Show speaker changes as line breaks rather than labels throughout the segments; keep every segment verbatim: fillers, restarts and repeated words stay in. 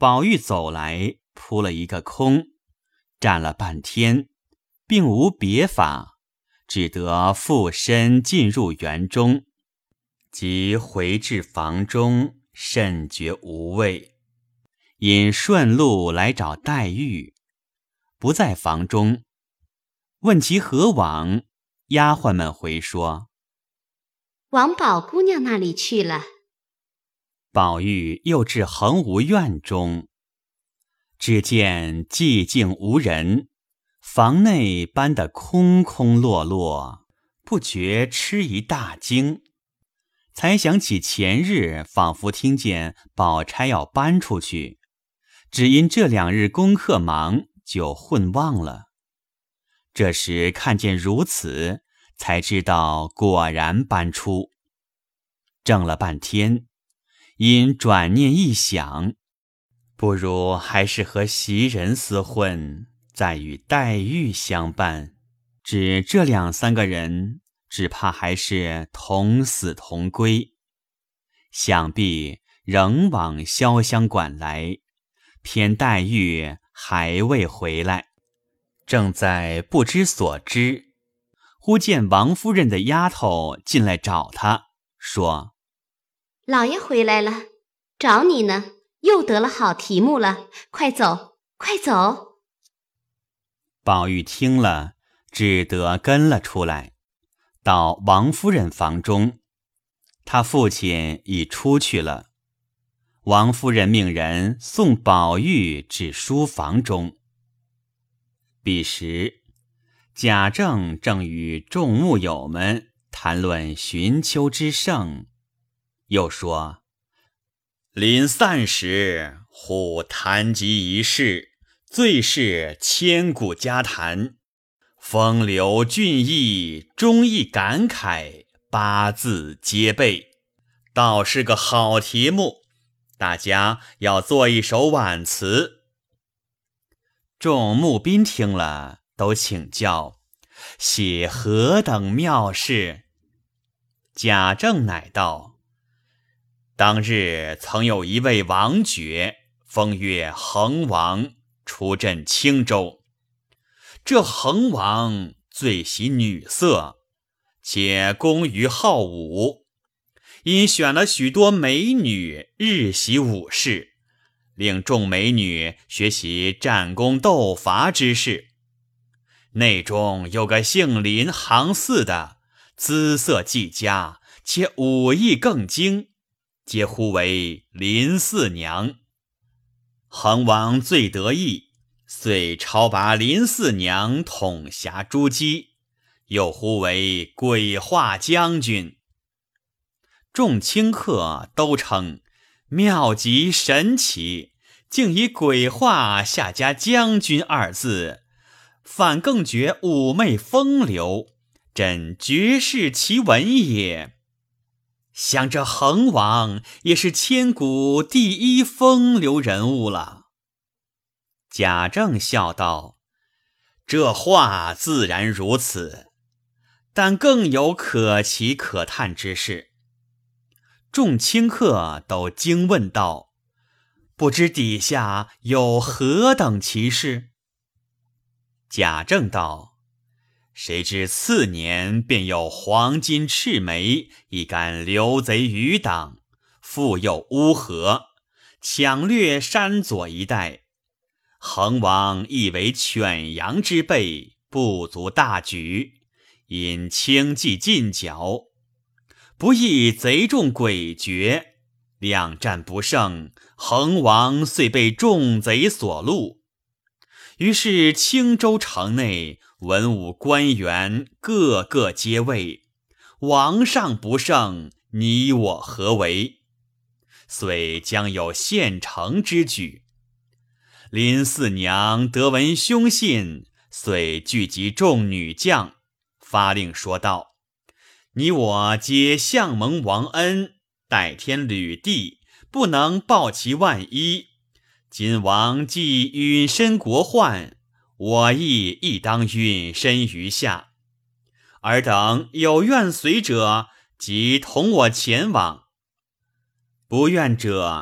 宝玉走来，扑了一个空，站了半天，并无别法，只得附身进入园中，即回至房中，甚觉无味，因顺路来找黛玉，不在房中，问其何往，丫鬟们回说：
往宝姑娘那里去了。
宝玉又至恒芜院中，只见寂静无人，房内搬得空空落落，不觉吃一大惊，才想起前日仿佛听见宝钗要搬出去，只因这两日功课忙，就混忘了。这时看见如此，才知道果然搬出。怔了半天，因转念一想，不如还是和袭人厮混，再与黛玉相伴，只这两三个人，只怕还是同死同归。想必仍往潇湘馆来，偏黛玉还未回来，正在不知所知，忽见王夫人的丫头进来找他，说：
老爷回来了，找你呢，又得了好题目了，快走，快走。
宝玉听了，只得跟了出来，到王夫人房中，他父亲已出去了。王夫人命人送宝玉至书房中。彼时贾政正与众幕友们谈论寻秋之盛，又说：临散时，忽谈及一事，最是千古佳谈，风流俊逸，忠义感慨，八字皆备，倒是个好题目，大家要做一首挽词。众幕宾听了，都请教写何等妙事。贾政乃道：当日曾有一位王爵，封曰恒王，出镇青州。这恒王最喜女色，且工于好武，因选了许多美女，日习武事，令众美女学习战功斗伐之事。内中有个姓林行四的，姿色既佳，且武艺更精，皆呼为林四娘。恒王最得意，遂超拔林四娘统辖诸姬，又呼为鬼画将军。众清客都称妙极神奇，竟以鬼画下加将军二字，反更觉妩媚风流，真绝世奇闻也。想这恒王也是千古第一风流人物了。贾政笑道：这话自然如此，但更有可奇可叹之事。众清客都惊问道：不知底下有何等奇事？贾政道：谁知次年便有黄金赤眉，一干流贼余党，复又乌合，抢掠山左一带。恒王亦为犬羊之辈，不足大举，因轻骑进剿，不意贼众诡谲，两战不胜，恒王遂被众贼所戮。于是青州城内文武官员个个皆畏，王上不胜，你我何为？遂将有献城之举。林四娘得闻凶信，遂聚集众女将，发令说道：你我皆相蒙王恩，代天履地，不能报其万一。今王既允身国患，我亦亦当允身于下。尔等有愿随者，即同我前往；不愿者，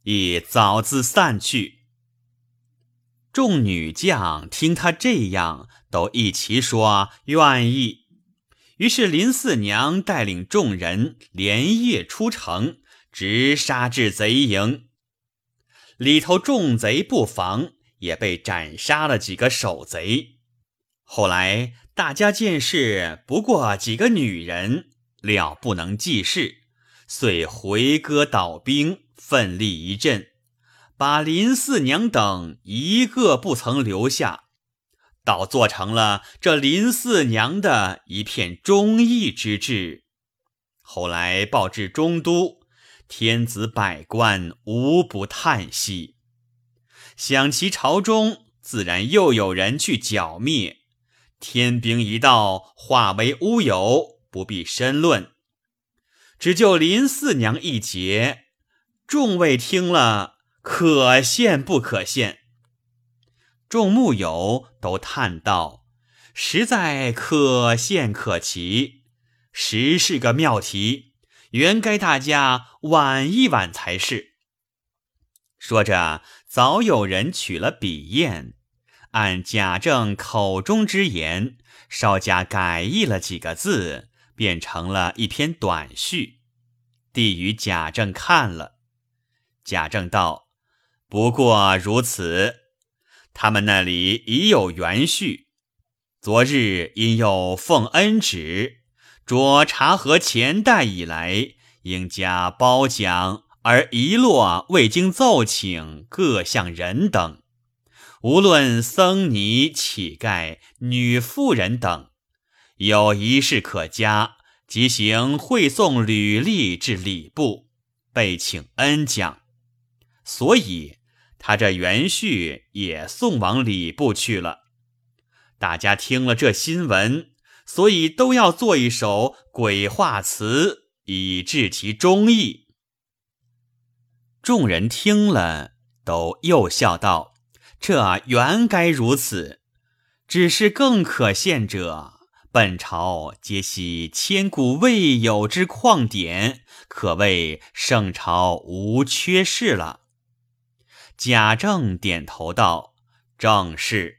亦早自散去。众女将听他这样，都一齐说愿意。于是林四娘带领众人连夜出城，直杀至贼营。里头众贼不防，也被斩杀了几个守贼。后来大家见是不过几个女人，料不能济事，遂回戈倒兵，奋力一阵，把林四娘等一个不曾留下，倒做成了这林四娘的一片忠义之志。后来报至中都，天子百官无不叹息。想其朝中自然又有人去剿灭，天兵一到，化为乌有，不必深论。只就林四娘一节，众位听了，可羡不可羡。众幕友都叹道：实在可羡可奇，实是个妙题，原该大家玩一玩才是。说着，早有人取了笔砚，按贾政口中之言，稍加改译了几个字，变成了一篇短序，递与贾政看了。贾政道：不过如此，他们那里已有原序，昨日因有奉恩旨，着查核前代以来应加褒奖，而遗落未经奏请各项人等，无论僧尼、乞丐、女妇人等，有一事可加，即行会送履历至礼部，备请恩奖。所以他这原序也送往礼部去了。大家听了这新闻，所以都要做一首鬼话词，以致其忠义。众人听了，都又笑道：这原该如此，只是更可羡者，本朝皆系千古未有之旷典，可谓圣朝无缺事了。贾政点头道：正是。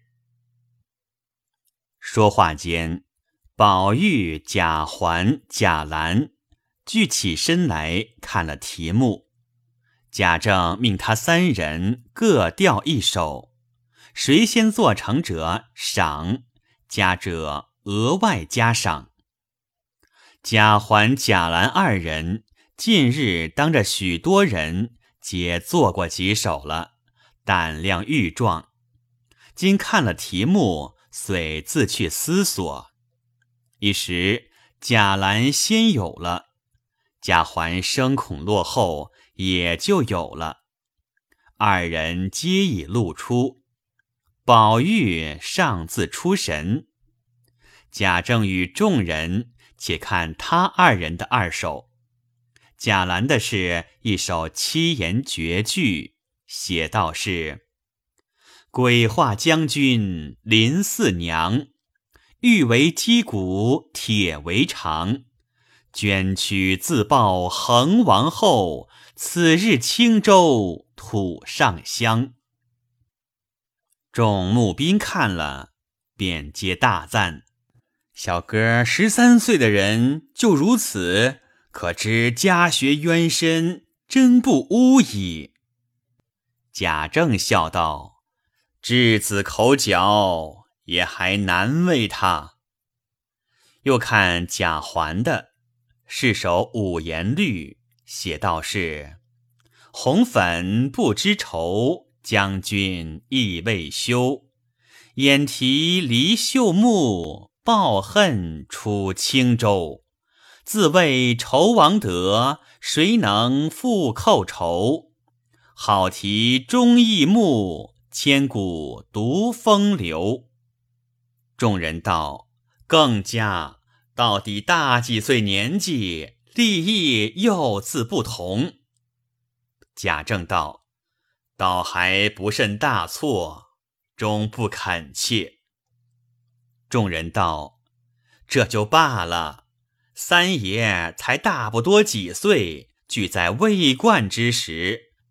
说话间，宝玉、贾环、贾兰俱起身来看了题目。贾政命他三人各调一首，谁先做成者赏，佳者额外加赏。贾环、贾兰二人近日当着许多人皆做过几首了，胆量愈壮。今看了题目，遂自去思索。一时贾兰先有了，贾环生恐落后，也就有了。二人皆已露出，宝玉尚自出神。贾政与众人且看他二人的二首。贾兰的是一首七言绝句，写道是：鬼话将军林四娘，玉为击鼓铁为肠，捐躯自报恒王后，此日轻舟土上香。众募兵看了，便皆大赞：小哥十三岁的人就如此，可知家学渊深，真不污矣。贾政笑道：稚子口角，也还难为他。又看贾环的是首五言律，写道是：红粉不知愁，将军亦未休，眼提离秀木，抱恨出轻舟。自谓仇王德，谁能复寇仇？好题忠义目，千古独风流。众人道：更加，到底大几岁年纪，立意又自不同。贾政道：倒还不甚大错，终不肯切。众人道：这就罢了，三爷才大不多几岁，俱在未冠之时，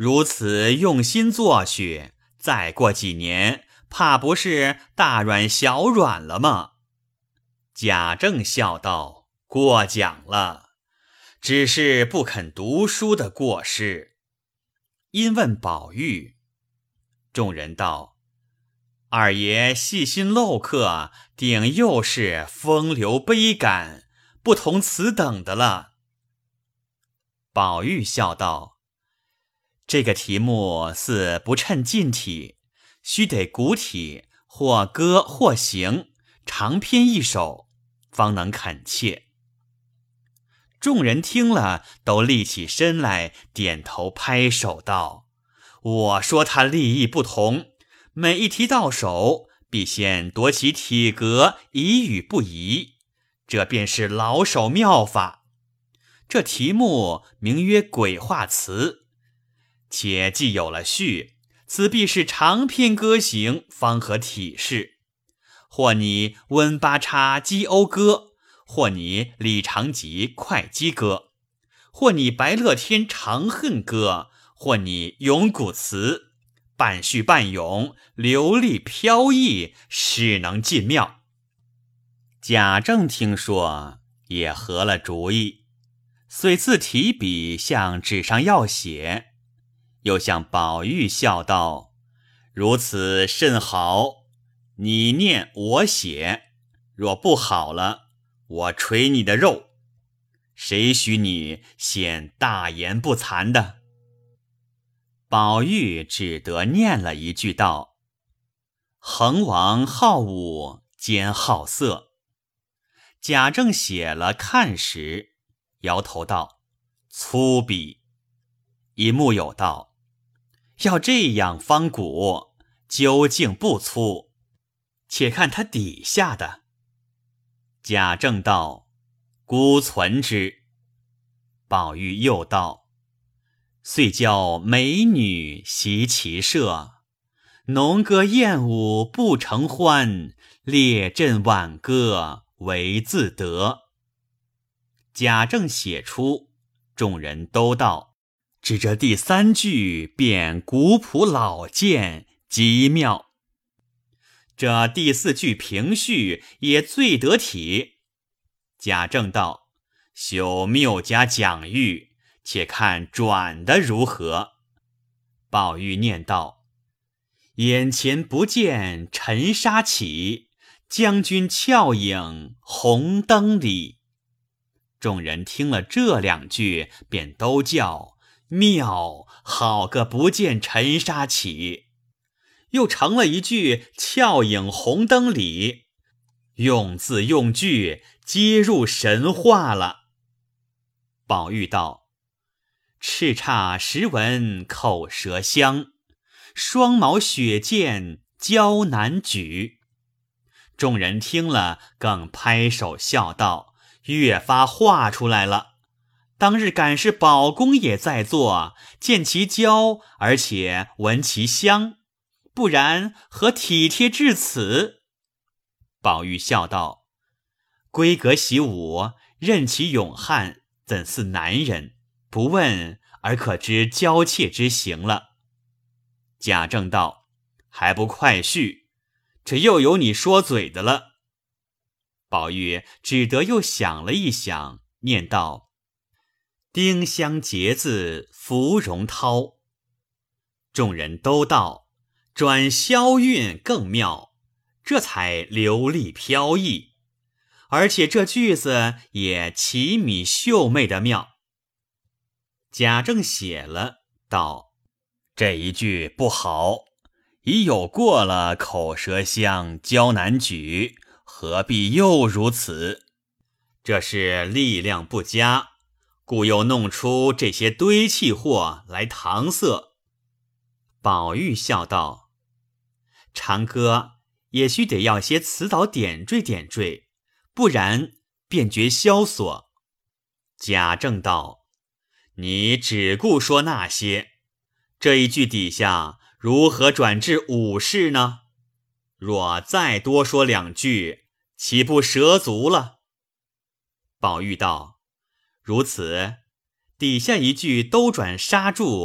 如此用心做学，再过几年，怕不是大软小软了吗？”贾政笑道：“过奖了，只是不肯读书的过失。”因问宝玉，众人道：“二爷细心漏课，定又是风流悲感，不同此等的了。”宝玉笑道：“这个题目似不称近体，须得古体，或歌或行，长篇一首，方能恳切。”众人听了，都立起身来，点头拍手道：“我说他立意不同，每一题到手，必先夺其体格，以与不疑，这便是老手妙法。这题目名曰鬼话词，且既有了序，此必是长篇歌行，方合体式。或你温八叉击欧歌，或你李长吉会稽歌，或你白乐天长恨歌，或你咏古词，半叙半咏，流利飘逸，使能尽妙。”贾政听说，也合了主意，遂自提笔向纸上要写，又向宝玉笑道：“如此甚好，你念我写，若不好了，我捶你的肉，谁许你显大言不惭的？”宝玉只得念了一句道：“恒王好武兼好色。”贾政写了看时，摇头道：“粗鄙。”一木有道：“要这样方古，究竟不粗，且看他底下的。”贾政道：“孤存之。”宝玉又道：“遂教美女习骑射，农歌燕舞不成欢，列阵挽歌为自得。”贾政写出，众人都道：“只这第三句便古朴老健，极妙。这第四句平序也最得体。”贾政道：“休谬加讲誉，且看转的如何。”宝玉念道：“眼前不见尘沙起，将军俏影红灯里。”众人听了这两句，便都叫妙，好个不见尘沙起，又成了一句俏影红灯里，用字用句皆入神话了。宝玉道：“叱咤时闻口舌香，双毛雪见娇难举。”众人听了，更拍手笑道：“越发画出来了。当日赶是宝公也在座，见其娇，而且闻其香，不然何体贴至此？”宝玉笑道：“闺阁习武，任其勇悍，怎似男人？不问而可知娇怯之行了。”贾政道：“还不快叙，这又有你说嘴的了。”宝玉只得又想了一想，念道：“丁香结字芙蓉涛。”众人都道：“转消韵更妙，这才流利飘逸，而且这句子也奇米秀媚的妙。”贾政写了，道：“这一句不好，已有过了口舌香，娇难举，何必又如此？这是力量不佳，故又弄出这些堆砌货来搪塞。”宝玉笑道：“长歌也须得要些词导点缀点缀，不然便觉萧索。”贾政道：“你只顾说那些，这一句底下如何转至武士呢？若再多说两句，岂不蛇足了？”宝玉道：“如此，底下一句都转刹住，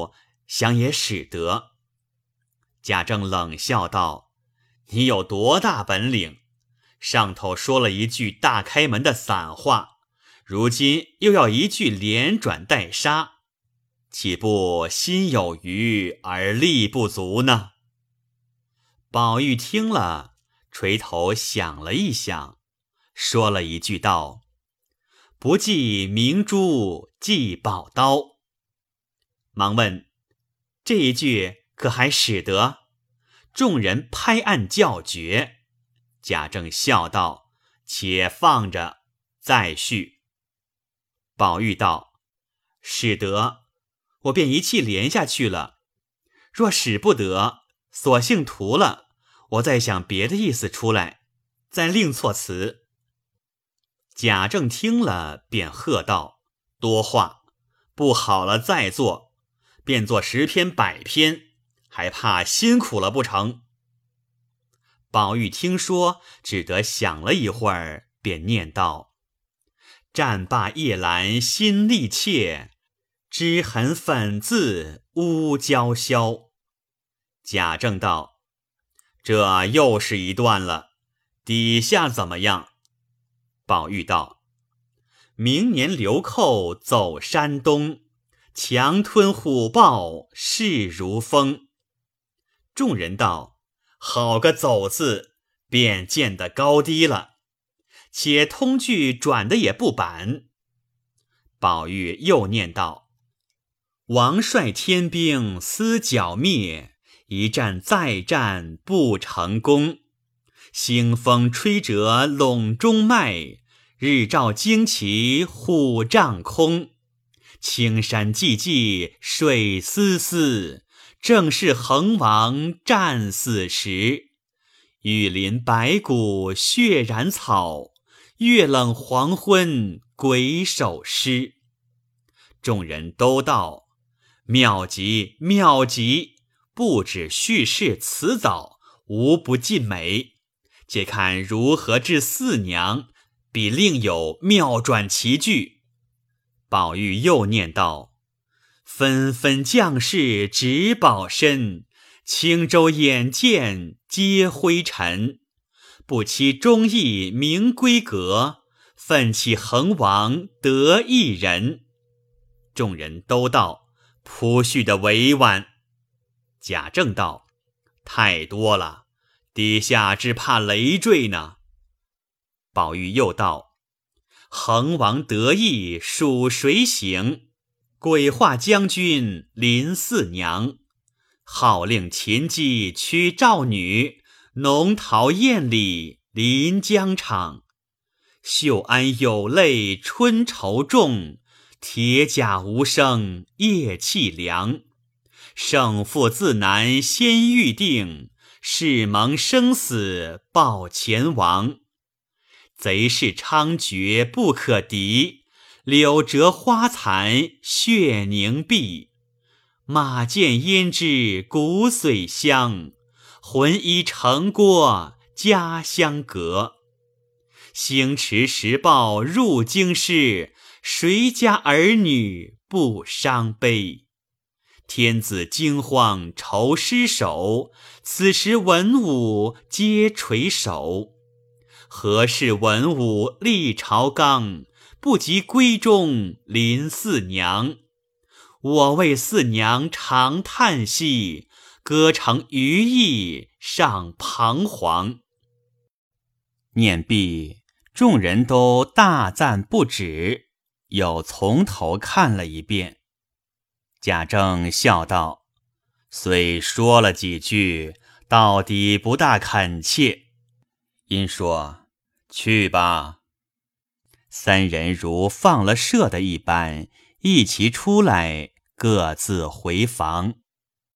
想也使得。贾政冷笑道：你有多大本领？上头说了一句大开门的散话，如今又要一句连转带杀，岂不心有余而力不足呢？宝玉听了，垂头想了一想，说了一句道：不计明珠计宝刀。忙问：这一句可还使得？众人拍案叫绝。贾政笑道：且放着，再续。宝玉道：使得，我便一气连下去了；若使不得，索性涂了，我再想别的意思出来，再另措辞。贾政听了，便喝道：多话，不好了再做，便做十篇百篇，还怕辛苦了不成？宝玉听说，只得想了一会儿，便念道：战罢夜阑心力切，脂痕粉字乌娇绡。贾政道：这又是一段了，底下怎么样？宝玉道：明年流寇走山东，强吞虎豹势如风。众人道：好个走字，便见得高低了，且通句转的也不板。宝玉又念道：王率天兵思剿灭，一战再战不成功。腥风吹折陇中麦，日照旌旗虎帐空。青山寂寂水丝丝，正是衡王战死时。玉林白骨血染草，月冷黄昏鬼手诗。众人都道：妙极妙极，不止叙事辞藻，无不尽美。且看如何治四娘，必另有妙转奇句。宝玉又念道：纷纷将士执宝身，青州眼见皆灰尘。不期忠义明规格，奋起衡王得一人。众人都道：铺叙的委婉。贾政道：太多了，底下只怕累赘呢。宝玉又道：衡王得意属谁行？鬼画将军临四娘。号令秦姬娶赵女，农桃宴礼临江场。绣鞍有泪春愁重，铁甲无声夜凄凉。胜负自难先预定，誓盟生死报前王。贼势猖獗不可敌，柳折花残血凝碧。马见胭脂骨髓香，浑衣城郭家乡隔。星驰时报入京师，谁家儿女不伤悲？天子惊慌愁失守，此时文武皆垂首。何事文武立朝纲，不及闺中临四娘。我为四娘常叹息，歌成余意尚彷徨。念毕，众人都大赞不止，又从头看了一遍。贾政笑道：虽说了几句，到底不大恳切。因说：去吧。三人如放了射的一般，一齐出来，各自回房。